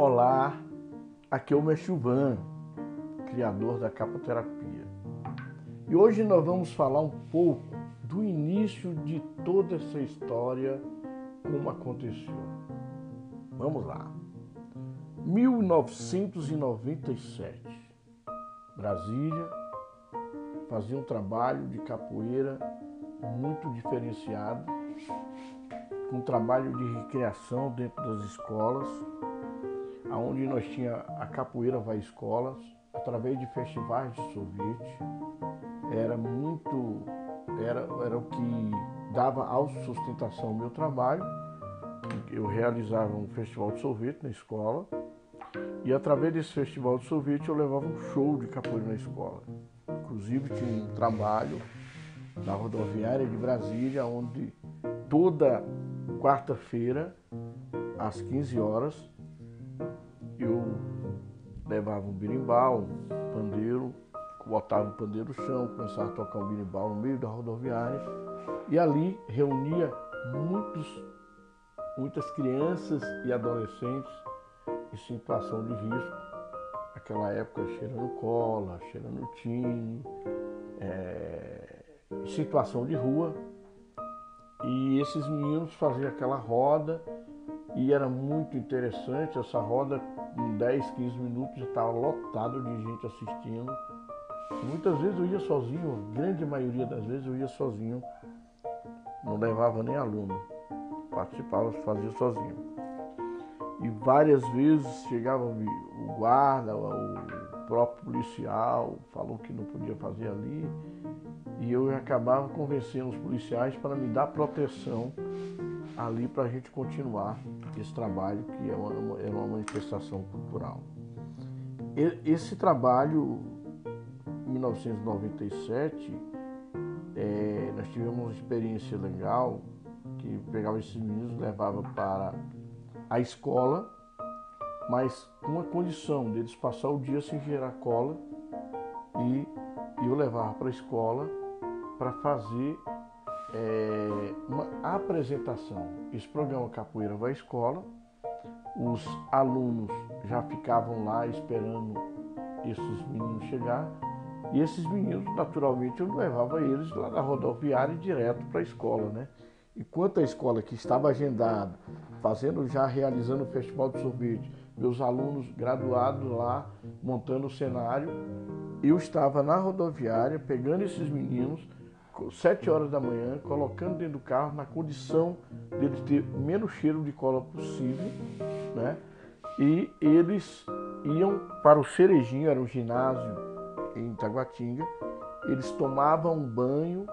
Olá, aqui é o Meshuvan, criador da capoterapia. E hoje nós vamos falar um pouco do início de toda essa história, como aconteceu. Vamos lá. 1997, Brasília fazia um trabalho de capoeira muito diferenciado, um trabalho de recreação dentro das escolas, onde nós tinha a capoeira vai escolas, através de festivais de sorvete. Era o que dava autossustentação ao meu trabalho. Eu realizava um festival de sorvete na escola e através desse festival de sorvete eu levava um show de capoeira na escola. Inclusive tinha um trabalho na rodoviária de Brasília, onde toda quarta-feira, às 15 horas, eu levava um berimbau, um pandeiro, botava o pandeiro no chão, começava a tocar um berimbau no meio da rodoviária e ali reunia muitas crianças e adolescentes em situação de risco. Naquela época cheirando cola, cheirando tine, em situação de rua. E esses meninos faziam aquela roda e era muito interessante. Essa roda, em 10, 15 minutos, já estava lotado de gente assistindo. E muitas vezes eu ia sozinho, a grande maioria das vezes eu ia sozinho, não levava nem aluno, participava, fazia sozinho. E várias vezes chegava o guarda, o próprio policial, falou que não podia fazer ali, e eu acabava convencendo os policiais para me dar proteção ali para a gente continuar esse trabalho, que era uma manifestação cultural. Esse trabalho, em 1997, nós tivemos uma experiência legal, que pegava esses meninos e levava para a escola, mas com uma condição deles passar o dia sem cheirar cola, e eu levava para a escola para fazer uma apresentação. Esse programa Capoeira vai à Escola, os alunos já ficavam lá esperando esses meninos chegar, e esses meninos, naturalmente, eu levava eles lá da rodoviária direto para a escola, né? Enquanto a escola que estava agendada, realizando o festival de sorvete, meus alunos graduados lá, montando o cenário, eu estava na rodoviária, pegando esses meninos, 7 horas da manhã, colocando dentro do carro, na condição deles ter menos cheiro de cola possível, né? E eles iam para o Cerejinho, era um ginásio em Taguatinga. Eles tomavam banho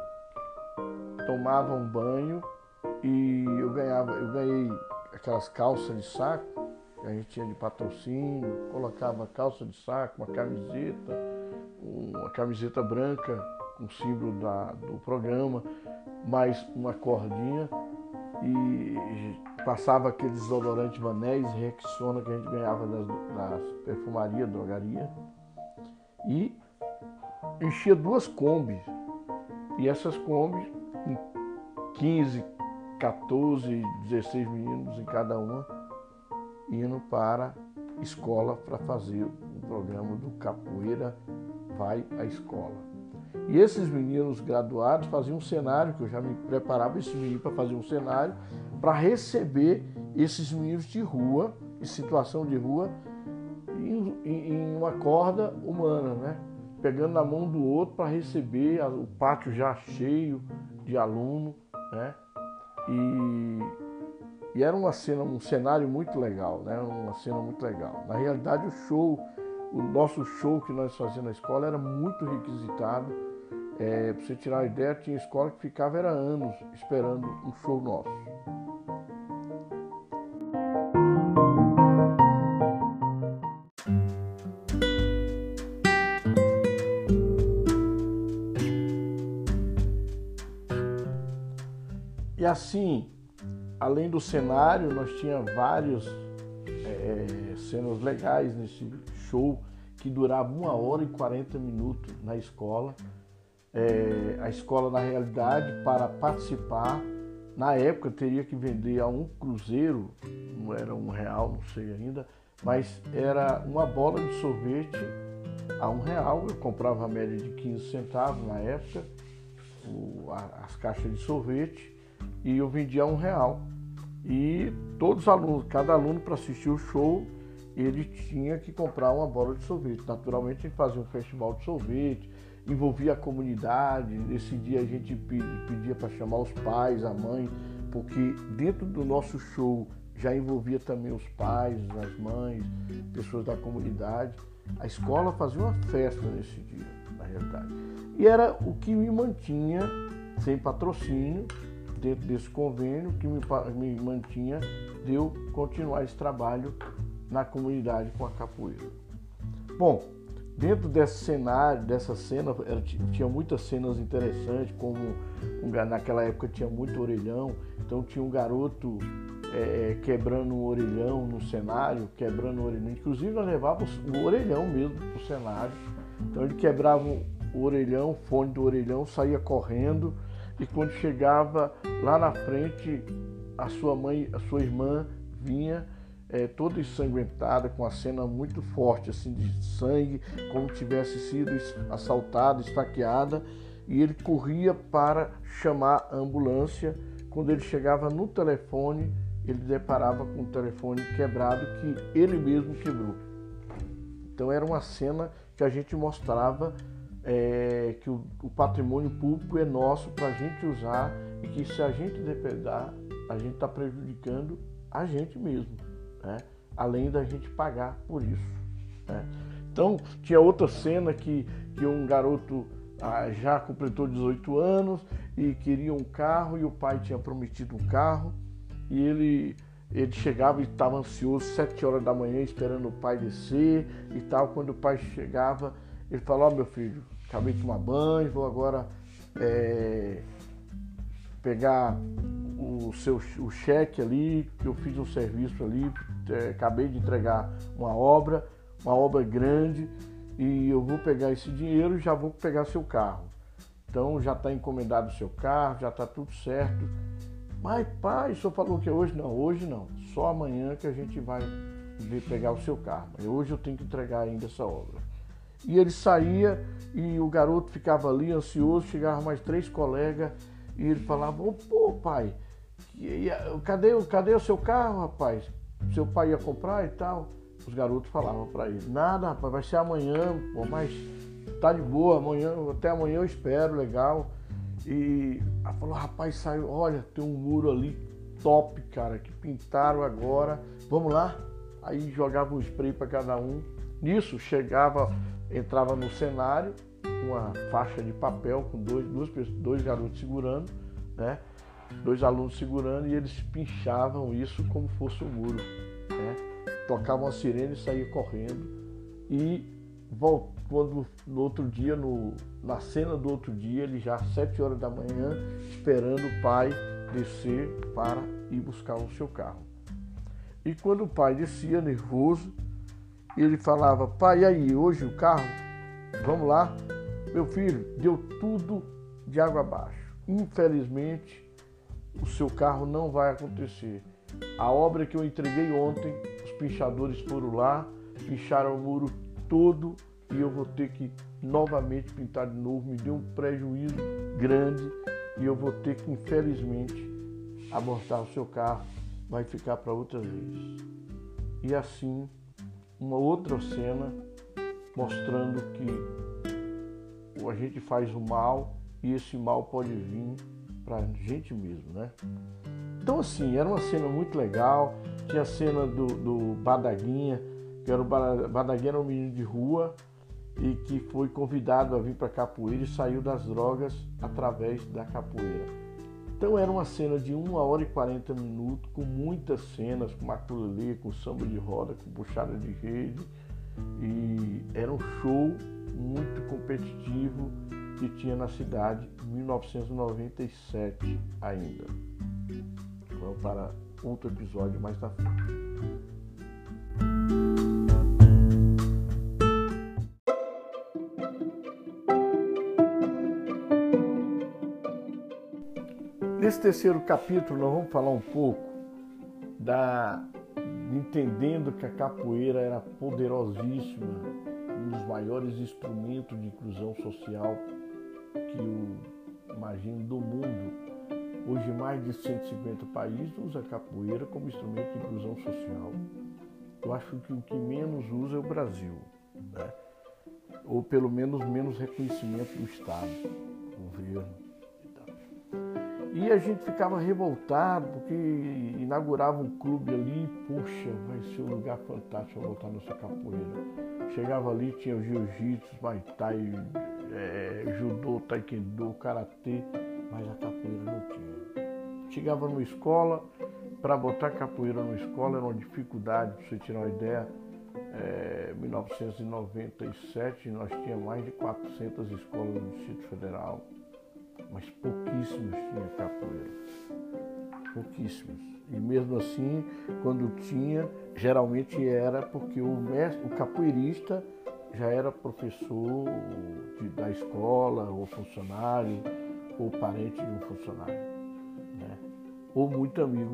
e eu ganhei aquelas calças de saco que a gente tinha de patrocínio, colocava calça de saco, uma camiseta branca com o símbolo do programa, mais uma cordinha, e passava aqueles desodorantes Manéis e Rexona que a gente ganhava das perfumarias, drogaria, e enchia 2 Kombis, e essas Kombis, com 15, 14, 16 meninos em cada uma, indo para a escola para fazer o programa do Capoeira vai à Escola. E esses meninos graduados faziam um cenário, que eu já me preparava esse menino para fazer um cenário, para receber esses meninos de rua, em situação de rua, em uma corda humana, né? Pegando na mão do outro para receber o pátio já cheio de aluno, né? E era um cenário muito legal, né? Uma cena muito legal. Na realidade, o nosso show que nós fazíamos na escola era muito requisitado. Para você tirar uma ideia, tinha escola que ficava anos esperando um show nosso. E assim, além do cenário, nós tínhamos várias cenas legais nesse show, que durava 1 hora e 40 minutos na escola. A escola, na realidade, para participar, na época teria que vender a um cruzeiro, não era R$1, não sei ainda, mas era uma bola de sorvete a R$1. Eu comprava a média de 15 centavos na época, as caixas de sorvete, e eu vendia a R$1. E todos os alunos, cada aluno para assistir o show, ele tinha que comprar uma bola de sorvete. Naturalmente a gente fazia um festival de sorvete, envolvia a comunidade. Nesse dia a gente pedia para chamar os pais, a mãe, porque dentro do nosso show já envolvia também os pais, as mães, pessoas da comunidade. A escola fazia uma festa nesse dia, na realidade. E era o que me mantinha sem patrocínio, dentro desse convênio, que me mantinha de eu continuar esse trabalho na comunidade com a capoeira. Bom, dentro desse cenário, dessa cena, tinha muitas cenas interessantes, como naquela época tinha muito orelhão, então tinha um garoto quebrando um orelhão no cenário, quebrando o orelhão. Inclusive nós levávamos o orelhão mesmo para o cenário. Então ele quebrava o orelhão, o fone do orelhão, saía correndo, e quando chegava lá na frente, a sua irmã vinha toda ensanguentada, com a cena muito forte, assim, de sangue, como tivesse sido assaltada, esfaqueada, e ele corria para chamar a ambulância. Quando ele chegava no telefone, ele deparava com o telefone quebrado, que ele mesmo quebrou. Então era uma cena que a gente mostrava que o patrimônio público é nosso para a gente usar, e que se a gente depredar, a gente está prejudicando a gente mesmo, né? Além da gente pagar por isso, né? Então tinha outra cena que um garoto já completou 18 anos e queria um carro, e o pai tinha prometido um carro, e ele chegava e estava ansioso, 7 horas da manhã, esperando o pai descer e tal. Quando o pai chegava, ele falou: meu filho, acabei de tomar banho, vou agora pegar o cheque ali, que eu fiz um serviço ali, acabei de entregar uma obra grande, e eu vou pegar esse dinheiro e já vou pegar seu carro. Então já está encomendado o seu carro, já está tudo certo. Mas pai, o senhor falou que hoje não. Hoje não, só amanhã que a gente vai vir pegar o seu carro. Mas hoje eu tenho que entregar ainda essa obra. E ele saía, e o garoto ficava ali ansioso, chegava mais 3 colegas, e ele falava: pô pai, cadê o seu carro, rapaz? Seu pai ia comprar e tal. Os garotos falavam para ele: nada, rapaz, vai ser amanhã, pô, mas tá de boa, até amanhã eu espero, legal. E ela falou: rapaz, saiu, olha, tem um muro ali top, cara, que pintaram agora, vamos lá? Aí jogava um spray para cada um. Nisso entrava no cenário uma faixa de papel com dois garotos segurando, né? 2 alunos segurando, e eles pinchavam isso como fosse um muro, né? Tocavam a sirene e saíam correndo. E quando no outro dia, na cena do outro dia, ele já às 7 horas da manhã, esperando o pai descer para ir buscar o seu carro. E quando o pai descia, nervoso, ele falava: pai, e aí, hoje o carro? Vamos lá? Meu filho, deu tudo de água abaixo. Infelizmente, o seu carro não vai acontecer. A obra que eu entreguei ontem, os pinchadores foram lá, pincharam o muro todo, e eu vou ter que novamente pintar de novo. Me deu um prejuízo grande, e eu vou ter que, infelizmente, abortar o seu carro. Vai ficar para outra vez. E assim, uma outra cena mostrando que a gente faz o mal, e esse mal pode vir para a gente mesmo, né? Então, assim, era uma cena muito legal. Tinha a cena do Badaguinha, que era Badaguinha era um menino de rua, e que foi convidado a vir para a capoeira e saiu das drogas através da capoeira. Então era uma cena de 1 hora e 40 minutos, com muitas cenas, com maculelê, com samba de roda, com puxada de rede, e era um show muito competitivo que tinha na cidade em 1997 ainda. Vamos para outro episódio mais na frente. Nesse terceiro capítulo, nós vamos falar um pouco entendendo que a capoeira era poderosíssima, um dos maiores instrumentos de inclusão social que eu imagino do mundo. Hoje mais de 150 países usam a capoeira como instrumento de inclusão social. Eu acho que o que menos usa é o Brasil, né? Ou pelo menos menos reconhecimento do Estado, do governo. E a gente ficava revoltado porque inaugurava um clube ali, puxa, vai ser um lugar fantástico para botar nossa capoeira. Chegava ali, tinha o jiu-jitsu, muay thai, judô, taekwondo, karatê, mas a capoeira não tinha. Chegava numa escola, para botar capoeira numa escola era uma dificuldade, para você tirar uma ideia. Em 1997 nós tínhamos mais de 400 escolas no Distrito Federal, mas pouquíssimas tinham capoeira, pouquíssimas. E mesmo assim, quando tinha, geralmente era porque o capoeirista já era professor da escola, ou funcionário, ou parente de um funcionário, né? Ou muito amigo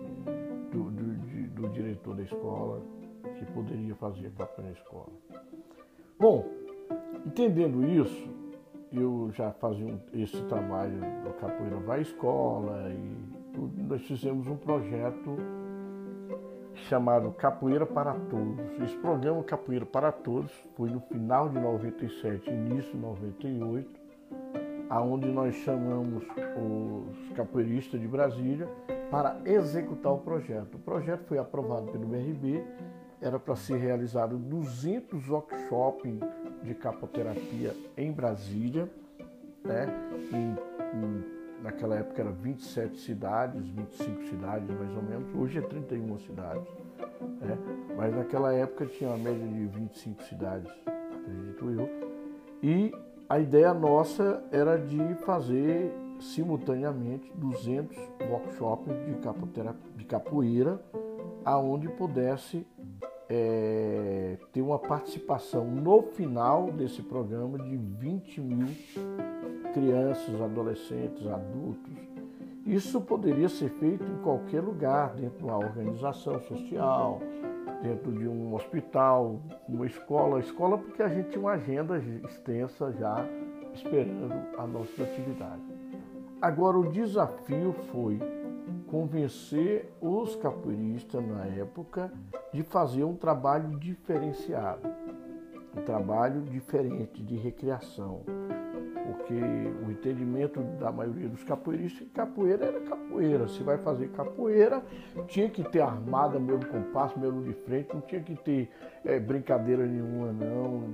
do diretor da escola, que poderia fazer capoeira na escola. Bom, entendendo isso, eu já fazia esse trabalho do Capoeira Vai à Escola e nós fizemos um projeto chamado Capoeira para Todos. Esse programa Capoeira para Todos foi no final de 97, início de 98, aonde nós chamamos os capoeiristas de Brasília para executar o projeto. O projeto foi aprovado pelo BRB, era para ser realizado 200 workshops de capoterapia em Brasília, né? Naquela época era 27 cidades, 25 cidades mais ou menos, hoje é 31 cidades, né? Mas naquela época tinha uma média de 25 cidades, acredito eu, e a ideia nossa era de fazer simultaneamente 200 workshops de capoeira, aonde pudesse ter uma participação no final desse programa de 20 mil crianças, adolescentes, adultos. Isso poderia ser feito em qualquer lugar, dentro de uma organização social, dentro de um hospital, uma escola porque a gente tinha uma agenda extensa já esperando a nossa atividade. Agora, o desafio foi convencer os capoeiristas na época de fazer um trabalho diferenciado, um trabalho diferente de recreação, porque o entendimento da maioria dos capoeiristas é que capoeira era capoeira. Se vai fazer capoeira, tinha que ter armada, mesmo compasso, mesmo de frente, não tinha que ter brincadeira nenhuma não,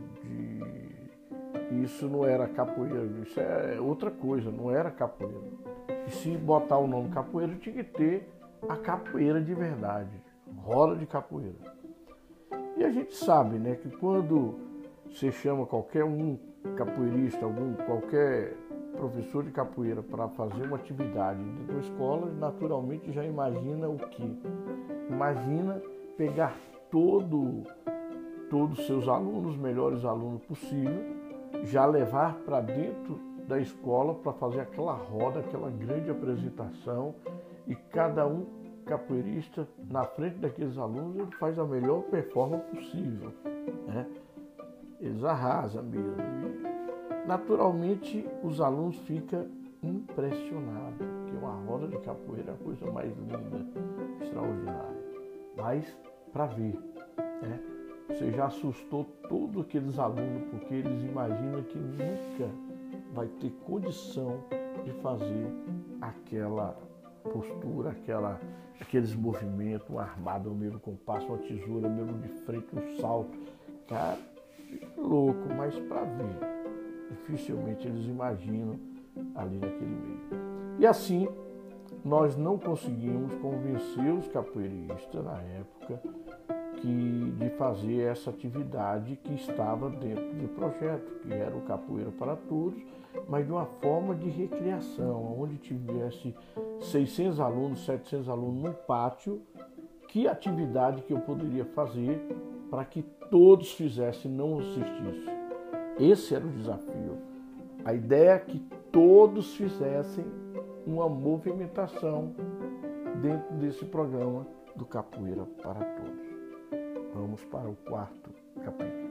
isso não era capoeira, isso é outra coisa, não era capoeira. E se botar o nome capoeira, tinha que ter a capoeira de verdade, roda de capoeira. E a gente sabe, né, que quando você chama qualquer capoeirista, qualquer professor de capoeira para fazer uma atividade dentro da escola, naturalmente já imagina o quê? Imagina pegar todos os seus alunos, os melhores alunos possível, já levar para dentro da escola para fazer aquela roda, aquela grande apresentação, e cada capoeirista na frente daqueles alunos ele faz a melhor performance possível, né? Eles arrasam mesmo. E, naturalmente os alunos ficam impressionados, porque uma roda de capoeira é a coisa mais linda, extraordinária. Mas para ver, né? Você já assustou todos aqueles alunos, porque eles imaginam que nunca vai ter condição de fazer aquela postura, aqueles movimentos, uma armada, um mesmo compasso, uma tesoura, mesmo de frente, um salto. Cara, louco, mas para ver. Dificilmente eles imaginam ali naquele meio. E assim, nós não conseguimos convencer os capoeiristas na época de fazer essa atividade que estava dentro do projeto, que era o Capoeira para Todos, mas de uma forma de recreação, onde tivesse 600 alunos, 700 alunos no pátio. Que atividade que eu poderia fazer para que todos fizessem, não assistissem? Esse era o desafio. A ideia é que todos fizessem uma movimentação dentro desse programa do Capoeira para Todos. Vamos para o quarto capítulo.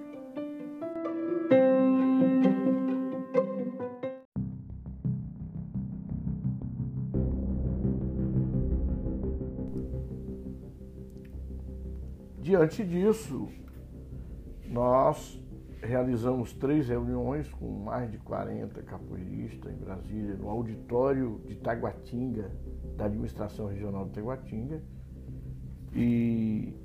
Diante disso, nós realizamos 3 reuniões com mais de 40 capoeiristas em Brasília, no auditório de Taguatinga, da Administração Regional de Taguatinga, e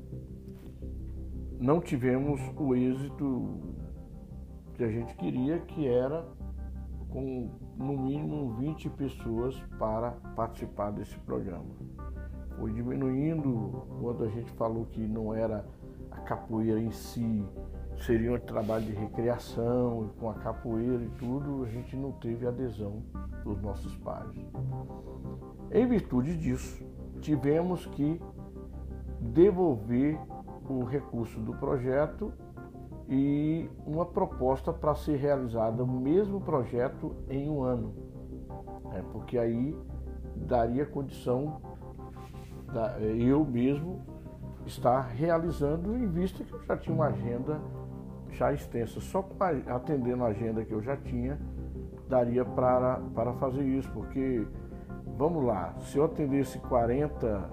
não tivemos o êxito que a gente queria, que era com no mínimo 20 pessoas para participar desse programa. Foi diminuindo quando a gente falou que não era a capoeira em si, seria um trabalho de recreação, e com a capoeira e tudo, a gente não teve adesão dos nossos pares. Em virtude disso, tivemos que devolver o recurso do projeto e uma proposta para ser realizada o mesmo projeto em um ano, porque aí daria condição eu mesmo estar realizando, em vista que eu já tinha uma agenda já extensa. Só atendendo a agenda que eu já tinha, daria para fazer isso, porque, vamos lá, se eu atendesse 40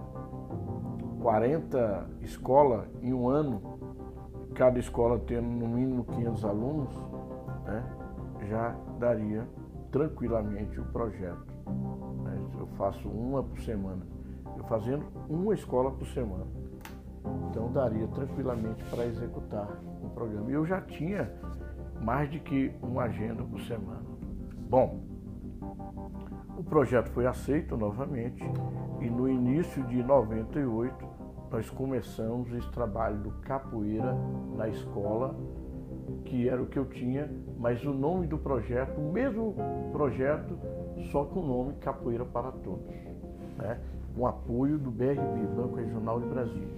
escolas em um ano, cada escola tendo no mínimo 500 alunos, já daria tranquilamente o projeto. Eu faço uma por semana. Eu fazendo uma escola por semana. Então daria tranquilamente para executar o programa. E eu já tinha mais de que uma agenda por semana. Bom, o projeto foi aceito novamente e no início de 98 nós começamos esse trabalho do capoeira na escola, que era o que eu tinha, mas o nome do projeto, o mesmo projeto, só com o nome Capoeira para Todos, com apoio do BRB, Banco Regional de Brasília.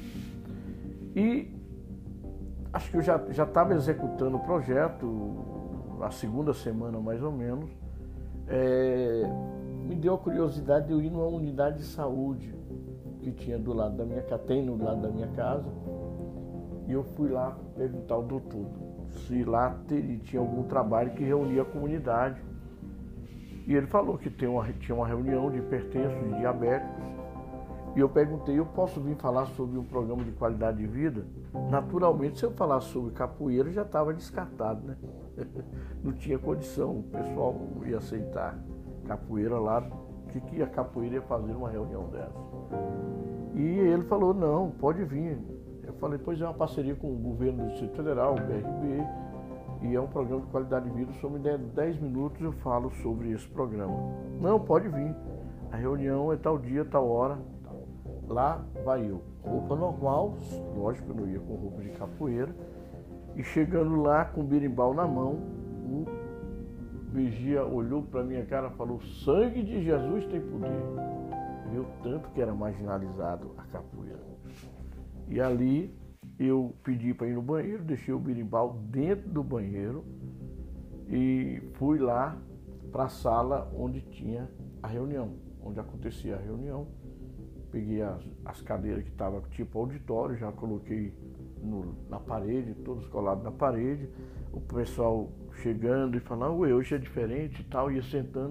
E acho que eu já estava executando o projeto, a segunda semana mais ou menos, me deu a curiosidade de eu ir numa unidade de saúde que tinha do lado da minha casa, tem do lado da minha casa, e eu fui lá perguntar ao doutor se lá tinha algum trabalho que reunia a comunidade. E ele falou que tinha uma reunião de hipertensos, de diabéticos, e eu perguntei, eu posso vir falar sobre um programa de qualidade de vida? Naturalmente, se eu falasse sobre capoeira, já estava descartado, né? Não tinha condição, o pessoal ia aceitar capoeira lá, o que a capoeira ia fazer numa reunião dessa? E ele falou, não, pode vir. Eu falei, pois é uma parceria com o governo do Distrito Federal, o BRB, e é um programa de qualidade de vida, sobre 10 minutos eu falo sobre esse programa. Não, pode vir, a reunião é tal dia, tal hora, lá vai eu. Roupa normal, lógico, eu não ia com roupa de capoeira, e chegando lá com o berimbau na mão, o vigia olhou para minha cara e falou, sangue de Jesus tem poder. Viu tanto que era marginalizado a capoeira. E ali eu pedi para ir no banheiro, deixei o berimbau dentro do banheiro e fui lá para a sala onde tinha a reunião, onde acontecia a reunião. Peguei as cadeiras que estavam tipo auditório, já coloquei na parede, todos colados na parede. O pessoal chegando e falando, ué, hoje é diferente e tal, ia sentando.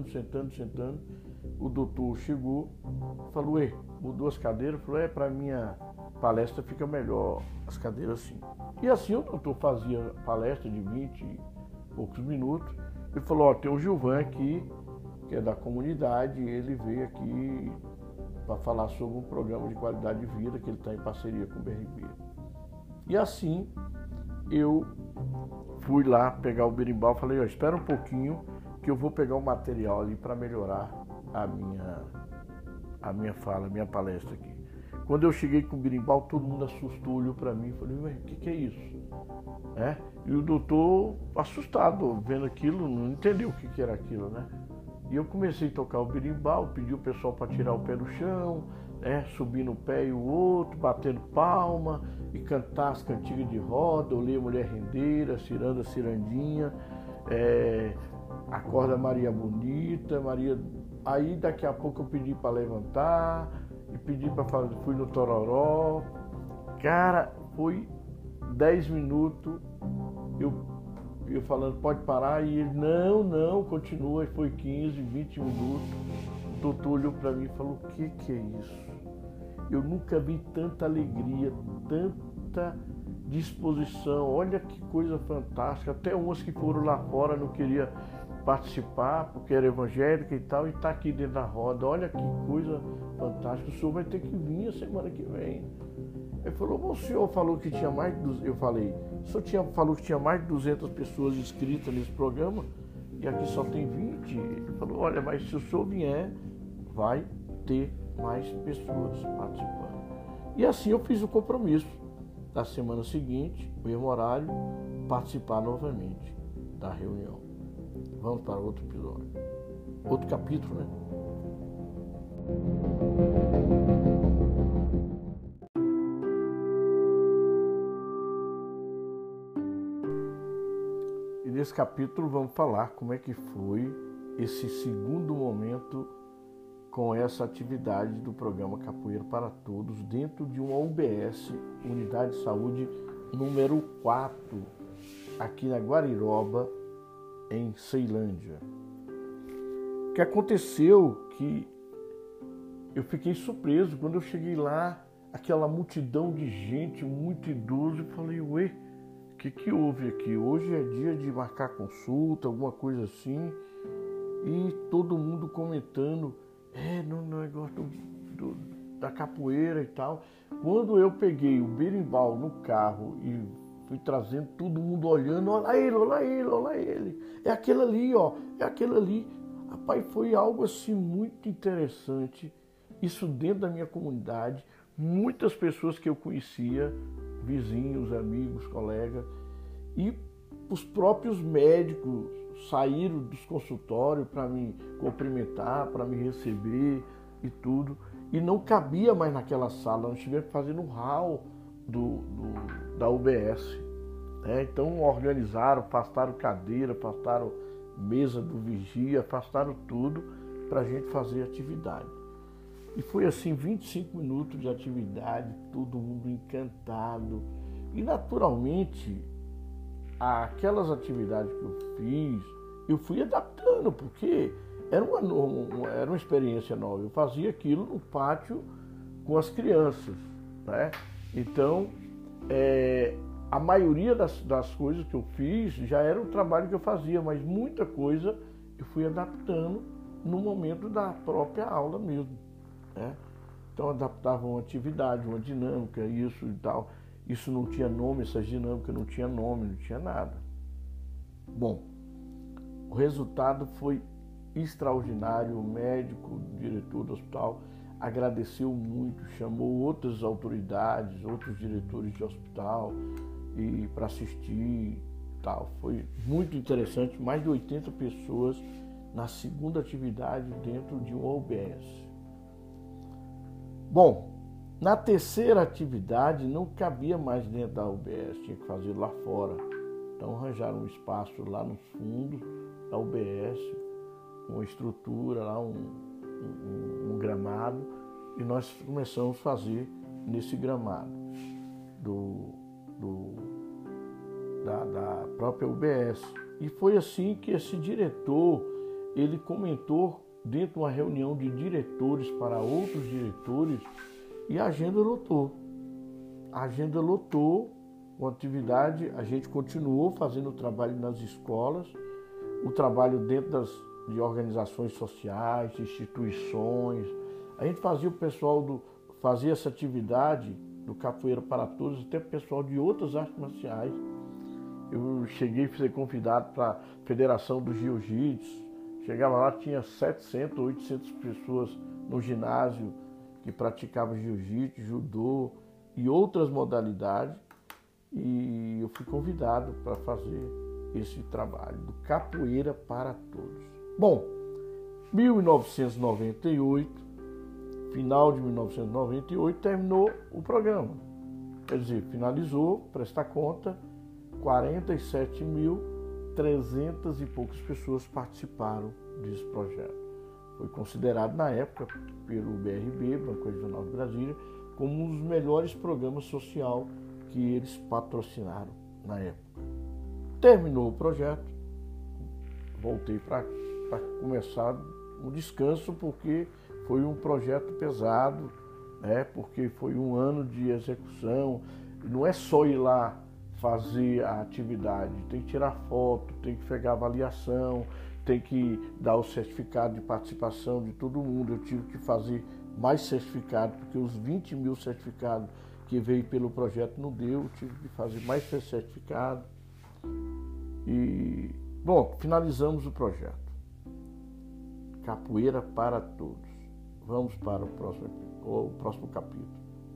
O doutor chegou, falou, ué, mudou as cadeiras, falou, para minha palestra fica melhor as cadeiras assim. E assim o doutor fazia palestra de 20 e poucos minutos. Ele falou, tem o Gilvan aqui, que é da comunidade, ele veio aqui para falar sobre um programa de qualidade de vida que ele está em parceria com o BRB. E assim eu fui lá pegar o berimbau e falei, espera um pouquinho que eu vou pegar o material ali para melhorar a minha fala, a minha palestra aqui. Quando eu cheguei com o berimbau, todo mundo assustou, olhou para mim e falou, o que é isso? E o doutor, assustado, vendo aquilo, não entendeu o que era aquilo, né? E eu comecei a tocar o berimbau, pedi o pessoal para tirar o pé do chão, subir no pé e o outro, batendo palma e cantar as cantigas de roda, eu ler Mulher Rendeira, Ciranda, Cirandinha, Acorda Maria Bonita, Maria Aí daqui a pouco eu pedi para levantar, e pedi para fazer, fui no Tororó. Cara, foi 10 minutos, eu falando, pode parar, e ele, não, continua, e foi 15, 20 minutos. O doutor olhou para mim e falou, o que é isso? Eu nunca vi tanta alegria, tanta disposição, olha que coisa fantástica. Até umas que foram lá fora não queria participar porque era evangélica e tal, e está aqui dentro da roda, olha que coisa fantástica, o senhor vai ter que vir a semana que vem. Ele falou, o senhor falou que tinha mais de 200, eu falei, o senhor falou que tinha mais de 200 pessoas inscritas nesse programa e aqui só tem 20. Ele falou, olha, mas se o senhor vier, vai ter mais pessoas participando. E assim eu fiz o compromisso da semana seguinte, o mesmo horário, participar novamente da reunião. Vamos para outro episódio. Outro capítulo, né? E nesse capítulo vamos falar como é que foi esse segundo momento com essa atividade do programa Capoeira para Todos dentro de uma UBS, Unidade de Saúde número 4, aqui na Guariroba, em Ceilândia. O que aconteceu que eu fiquei surpreso quando eu cheguei lá, aquela multidão de gente, muito idoso, e falei, ué, o que houve aqui? Hoje é dia de marcar consulta, alguma coisa assim, e todo mundo comentando, no negócio da capoeira e tal. Quando eu peguei o berimbau no carro e fui trazendo, todo mundo olhando, olha ele, é aquele ali, é aquele ali. Rapaz, foi algo assim muito interessante, isso dentro da minha comunidade, muitas pessoas que eu conhecia, vizinhos, amigos, colegas, e os próprios médicos saíram dos consultórios para me cumprimentar, para me receber e tudo, e não cabia mais naquela sala, nós tivemos que fazer no hall da UBS. Então organizaram, afastaram cadeira, afastaram mesa do vigia, afastaram tudo para a gente fazer atividade. E foi assim, 25 minutos de atividade, todo mundo encantado. E naturalmente, aquelas atividades que eu fiz, eu fui adaptando, porque era uma experiência nova. Eu fazia aquilo no pátio com as crianças, né? Então, a maioria das coisas que eu fiz já era o trabalho que eu fazia, mas muita coisa eu fui adaptando no momento da própria aula mesmo, né? Então adaptava uma atividade, uma dinâmica, isso e tal. Isso não tinha nome, essas dinâmicas não tinha nome, não tinha nada. Bom, o resultado foi extraordinário. O médico, o diretor do hospital, agradeceu muito, chamou outras autoridades, outros diretores de hospital e para assistir, tal. Foi muito interessante, mais de 80 pessoas na segunda atividade dentro de uma UBS. Bom, na terceira atividade não cabia mais dentro da UBS, tinha que fazer lá fora. Então arranjaram um espaço lá no fundo da UBS, uma estrutura lá, um gramado, e nós começamos a fazer nesse gramado da própria UBS. E foi assim que esse diretor, ele comentou dentro de uma reunião de diretores para outros diretores, e a agenda lotou. A agenda lotou com atividade, a gente continuou fazendo o trabalho nas escolas, o trabalho dentro de organizações sociais, instituições. A gente fazia o pessoal fazia essa atividade do Capoeira para Todos, até o pessoal de outras artes marciais. Eu cheguei a ser convidado para a Federação do Jiu-Jitsu. Chegava lá, tinha 700, 800 pessoas no ginásio que praticavam jiu-jitsu, judô e outras modalidades. E eu fui convidado para fazer esse trabalho do Capoeira para Todos. Bom, 1998, final de 1998, terminou o programa. Quer dizer, finalizou, presta conta, 47.300 e poucas pessoas participaram desse projeto. Foi considerado na época pelo BRB, Banco Regional de Brasília, como um dos melhores programas social que eles patrocinaram na época. Terminou o projeto, voltei para começar um descanso, porque foi um projeto pesado, né? Porque foi um ano de execução. Não é só ir lá fazer a atividade, tem que tirar foto, tem que pegar avaliação, tem que dar o certificado de participação de todo mundo. Eu tive que fazer mais certificado, porque os 20 mil certificados que veio pelo projeto não deu, eu tive que fazer mais certificado. E, bom, finalizamos o projeto. Capoeira para todos. Vamos para o próximo capítulo.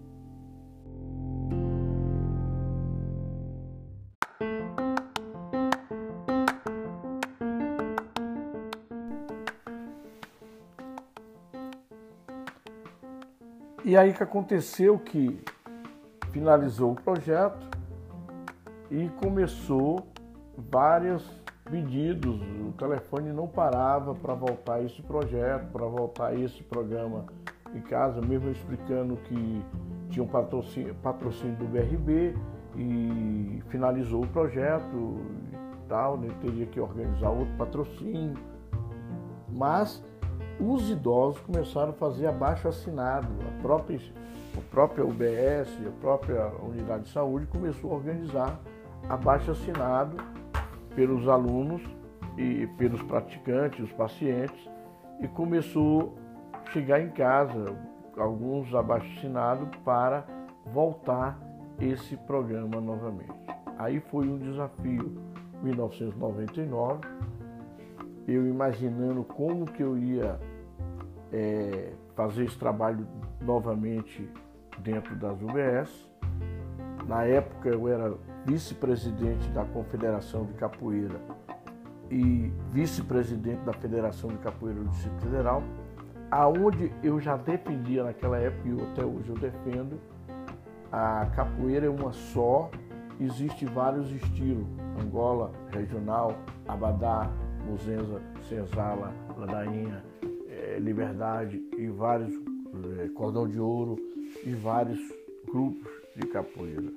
E aí que aconteceu que finalizou o projeto e começou vários pedidos. O telefone não parava para voltar esse projeto, para voltar esse programa em casa, mesmo eu explicando que tinha um patrocínio do BRB e finalizou o projeto e tal, né? Teria que organizar outro patrocínio. Mas os idosos começaram a fazer abaixo-assinado. A própria UBS, a própria unidade de saúde começou a organizar abaixo-assinado pelos alunos e pelos praticantes, os pacientes, e começou a chegar em casa alguns abaixo-assinados para voltar esse programa novamente. Aí foi um desafio, 1999, eu imaginando como que eu ia fazer esse trabalho novamente dentro das UBS. Na época eu era vice-presidente da Confederação de Capoeira e vice-presidente da Federação de Capoeira do Distrito Federal, aonde eu já defendia naquela época, e até hoje eu defendo, a capoeira é uma só, existe vários estilos: Angola, regional, Abadá, Muzenza, Senzala, Ladainha, Liberdade e vários, Cordão de Ouro e vários grupos de capoeira.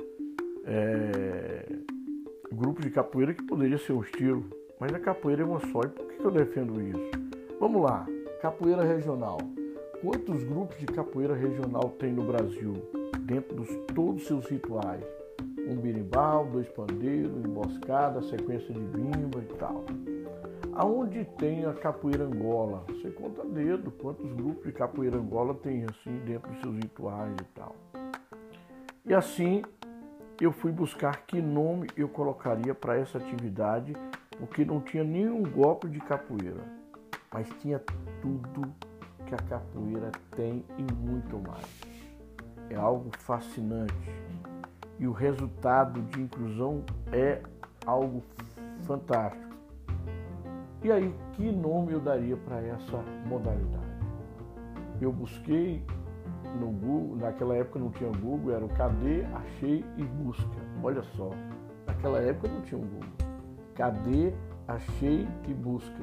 Grupos de capoeira que poderia ser um estilo, mas a capoeira é uma só. E por que eu defendo isso? Vamos lá, capoeira regional. Quantos grupos de capoeira regional tem no Brasil, dentro de todos os seus rituais? Um berimbau, 2 pandeiros, emboscada, sequência de bimba e tal. Aonde tem a capoeira Angola? Você conta a dedo quantos grupos de capoeira Angola tem assim dentro dos seus rituais e tal. E assim eu fui buscar que nome eu colocaria para essa atividade, porque não tinha nenhum golpe de capoeira, mas tinha tudo que a capoeira tem e muito mais. É algo fascinante e o resultado de inclusão é algo fantástico. E aí, que nome eu daria para essa modalidade? Eu busquei no Google, naquela época não tinha Google, era o Cadê, Achei e Busca. Olha só, naquela época não tinha um Google. Cadê, Achei e Busca.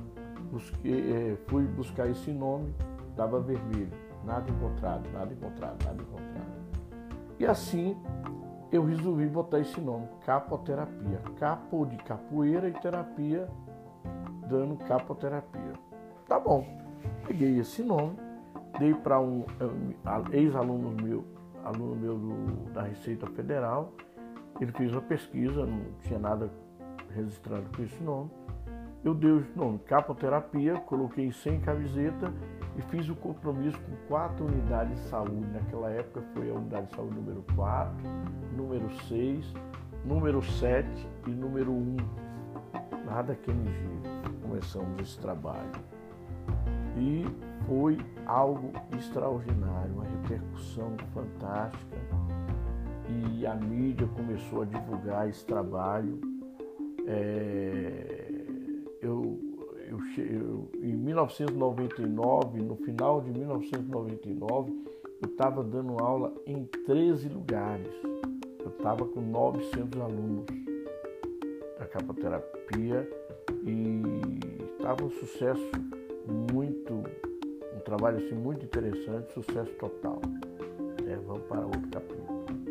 Fui buscar esse nome, dava vermelho. Nada encontrado, nada encontrado, nada encontrado. E assim eu resolvi botar esse nome, capoterapia. Capo de capoeira e terapia, dando capoterapia. Tá bom, peguei esse nome, dei para um ex-aluno meu, da Receita Federal. Ele fez uma pesquisa, não tinha nada registrado com esse nome. Eu dei o nome capoterapia, coloquei 100 camisetas e fiz o compromisso com 4 unidades de saúde. Naquela época foi a unidade de saúde número 4, número 6, número 7 e número 1. Nada que me gire. Começamos esse trabalho. E foi algo extraordinário, uma repercussão fantástica. E a mídia começou a divulgar esse trabalho. Em 1999, no final de 1999, eu estava dando aula em 13 lugares. Eu estava com 900 alunos da capoterapia e estava um sucesso um trabalho assim, muito interessante, sucesso total. Vamos para outro capítulo.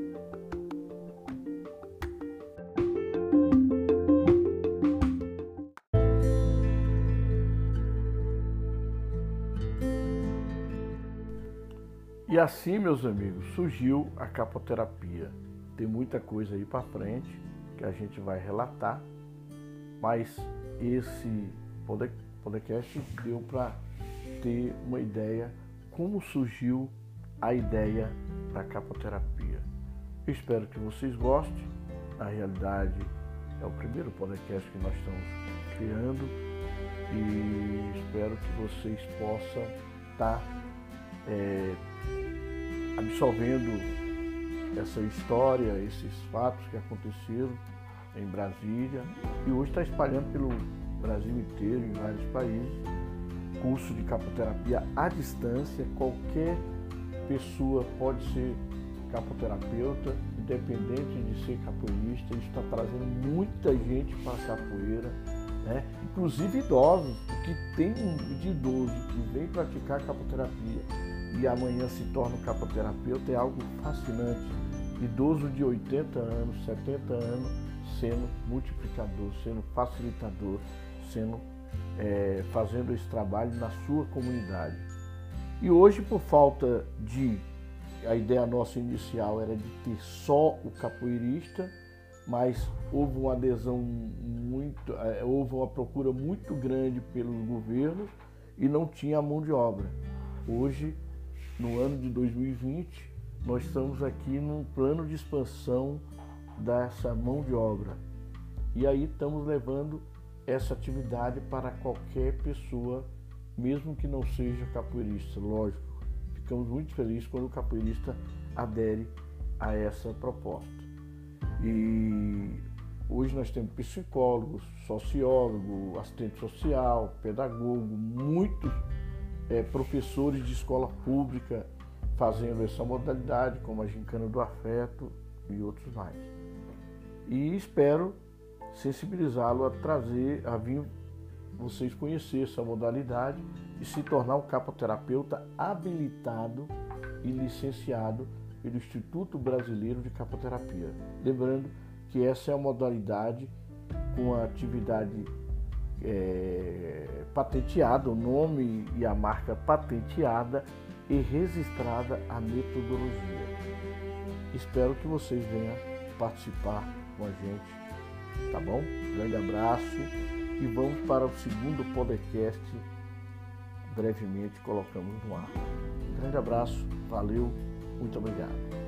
E assim, meus amigos, surgiu a capoterapia. Tem muita coisa aí para frente que a gente vai relatar, mas esse podcast deu para ter uma ideia como surgiu a ideia da capoterapia. Eu espero que vocês gostem. Na realidade, é o primeiro podcast que nós estamos criando e espero que vocês possam estar absorvendo essa história, esses fatos que aconteceram em Brasília e hoje está espalhando pelo Brasil inteiro, em vários países. Curso de capoterapia à distância, qualquer pessoa pode ser capoterapeuta, independente de ser capoeirista. Isso está trazendo muita gente para a capoeira, né? Inclusive idosos, que tem de idoso que vem praticar capoterapia e amanhã se torna um capoterapeuta, é algo fascinante. Idoso de 80 anos, 70 anos, sendo multiplicador, sendo facilitador, fazendo esse trabalho na sua comunidade. E hoje, por falta de... A ideia nossa inicial era de ter só o capoeirista, mas houve uma adesão houve uma procura muito grande pelos governos e não tinha a mão de obra. Hoje, no ano de 2020, nós estamos aqui num plano de expansão dessa mão de obra. E aí estamos levando essa atividade para qualquer pessoa, mesmo que não seja capoeirista, lógico. Ficamos muito felizes quando o capoeirista adere a essa proposta. E hoje nós temos psicólogo, sociólogo, assistente social, pedagogo, muitos professores de escola pública fazendo essa modalidade, como a Gincana do Afeto e outros mais. E espero sensibilizá-lo a vir vocês conhecer essa modalidade e se tornar um capoterapeuta habilitado e licenciado pelo Instituto Brasileiro de Capoterapia. Lembrando que essa é a modalidade com a atividade patenteada, o nome e a marca patenteada e registrada a metodologia. Espero que vocês venham participar com a gente, tá bom? Grande abraço e vamos para o segundo podcast, brevemente colocamos no ar. Grande abraço, valeu, muito obrigado.